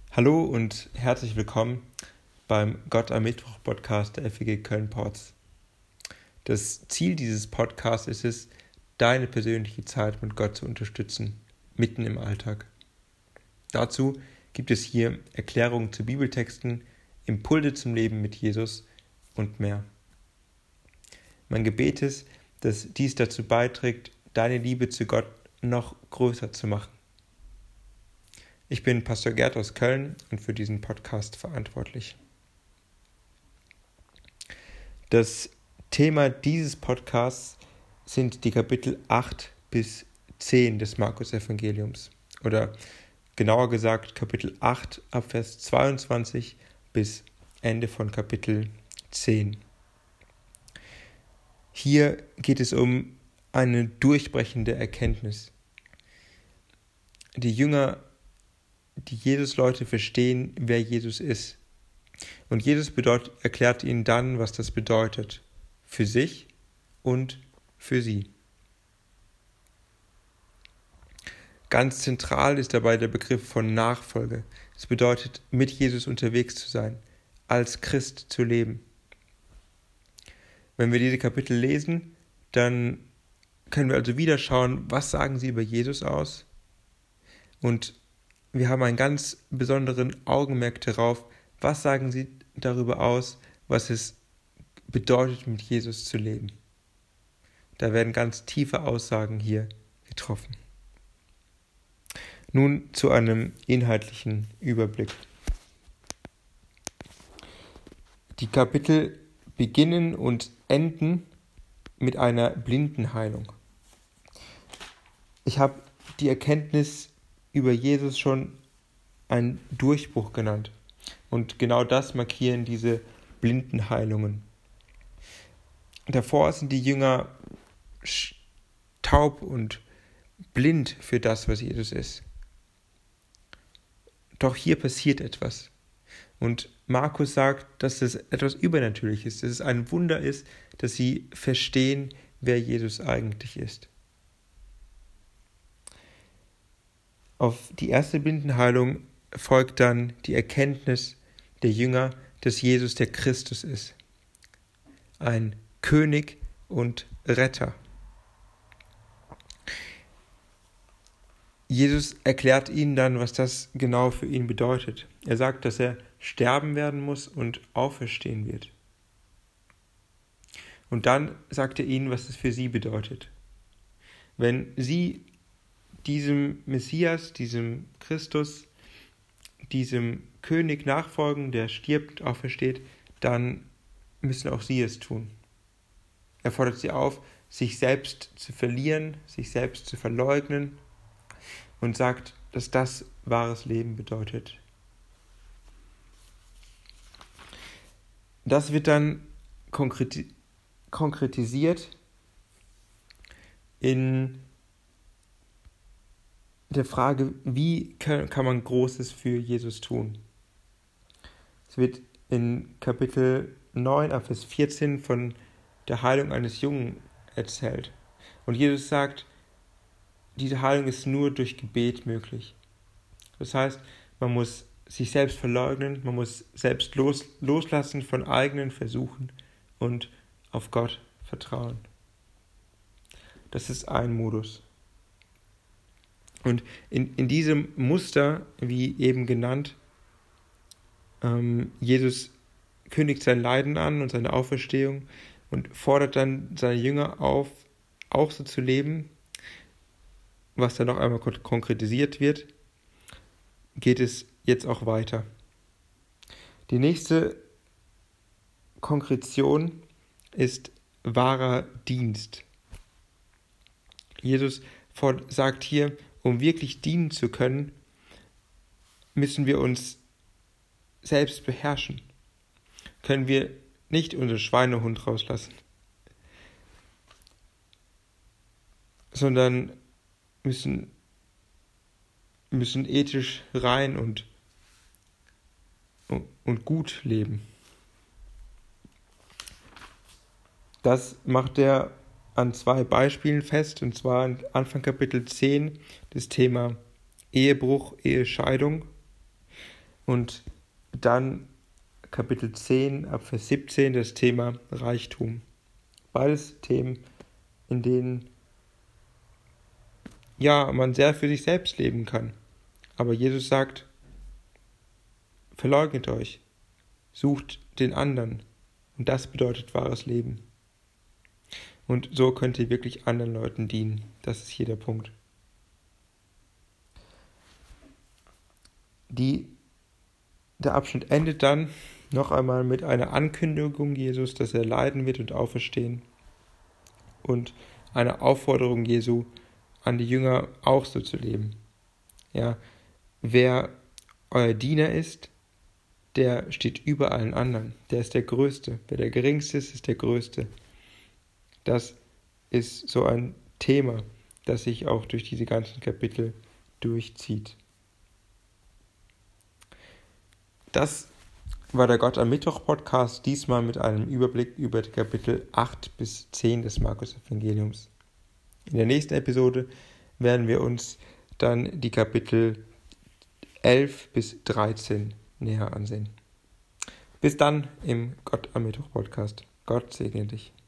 Hallo und herzlich willkommen beim Gott am Mittwoch Podcast der FEG Köln-Porz. Das Ziel dieses Podcasts ist es, deine persönliche Zeit mit Gott zu unterstützen, mitten im Alltag. Dazu gibt es hier Erklärungen zu Bibeltexten, Impulse zum Leben mit Jesus und mehr. Mein Gebet ist, dass dies dazu beiträgt, deine Liebe zu Gott noch größer zu machen. Ich bin Pastor Gerd aus Köln und für diesen Podcast verantwortlich. Das Thema dieses Podcasts sind die Kapitel 8 bis 10 des Markus-Evangeliums. Oder genauer gesagt Kapitel 8 ab Vers 22 bis Ende von Kapitel 10. Hier geht es um eine durchbrechende Erkenntnis. Die Jesus-Leute verstehen, wer Jesus ist. Und Jesus erklärt ihnen dann, was das bedeutet. Für sich und für sie. Ganz zentral ist dabei der Begriff von Nachfolge. Es bedeutet, mit Jesus unterwegs zu sein, als Christ zu leben. Wenn wir diese Kapitel lesen, dann können wir also wieder schauen, was sagen sie über Jesus aus? Und wir haben einen ganz besonderen Augenmerk darauf, was sagen sie darüber aus, was es bedeutet, mit Jesus zu leben. Da werden ganz tiefe Aussagen hier getroffen. Nun zu einem inhaltlichen Überblick. Die Kapitel beginnen und enden mit einer Blindenheilung. Ich habe die Erkenntnis über Jesus schon einen Durchbruch genannt. Und genau das markieren diese Blindenheilungen. Davor sind die Jünger taub und blind für das, was Jesus ist. Doch hier passiert etwas. Und Markus sagt, dass es etwas Übernatürliches ist, dass es ein Wunder ist, dass sie verstehen, wer Jesus eigentlich ist. Auf die erste Blindenheilung folgt dann die Erkenntnis der Jünger, dass Jesus der Christus ist. Ein König und Retter. Jesus erklärt ihnen dann, was das genau für ihn bedeutet. Er sagt, dass er sterben werden muss und auferstehen wird. Und dann sagt er ihnen, was es für sie bedeutet. Wenn sie diesem Messias, diesem Christus, diesem König nachfolgen, der stirbt und aufersteht, dann müssen auch sie es tun. Er fordert sie auf, sich selbst zu verlieren, sich selbst zu verleugnen und sagt, dass das wahres Leben bedeutet. Das wird dann konkretisiert in der Frage, wie kann man Großes für Jesus tun? Es wird in Kapitel 9, ab Vers 14 von der Heilung eines Jungen erzählt. Und Jesus sagt, diese Heilung ist nur durch Gebet möglich. Das heißt, man muss sich selbst verleugnen, man muss selbst loslassen von eigenen Versuchen und auf Gott vertrauen. Das ist ein Modus. Und in diesem Muster, wie eben genannt, Jesus kündigt sein Leiden an und seine Auferstehung und fordert dann seine Jünger auf, auch so zu leben, was dann noch einmal konkretisiert wird, geht es jetzt auch weiter. Die nächste Konkretion ist wahrer Dienst. Jesus sagt hier, um wirklich dienen zu können, müssen wir uns selbst beherrschen. Können wir nicht unseren Schweinehund rauslassen, sondern müssen ethisch rein und gut leben. Das macht er an 2 Beispielen fest, und zwar in Anfang Kapitel 10 das Thema Ehebruch, Ehescheidung Und dann Kapitel 10 ab Vers 17 das Thema Reichtum. Beides Themen, in denen man sehr für sich selbst leben kann. Aber Jesus sagt, verleugnet euch, sucht den anderen. Und das bedeutet wahres Leben. Und so könnt ihr wirklich anderen Leuten dienen. Das ist hier der Punkt. Der Abschnitt endet dann noch einmal mit einer Ankündigung Jesus, dass er leiden wird und auferstehen. Und eine Aufforderung Jesu an die Jünger auch so zu leben. Ja, wer euer Diener ist, der steht über allen anderen. Der ist der Größte. Wer der Geringste ist, ist der Größte. Das ist so ein Thema, das sich auch durch diese ganzen Kapitel durchzieht. Das war der Gott am Mittwoch Podcast, diesmal mit einem Überblick über die Kapitel 8 bis 10 des Markus-Evangeliums. In der nächsten Episode werden wir uns dann die Kapitel 11 bis 13 näher ansehen. Bis dann im Gott am Mittwoch Podcast. Gott segne dich.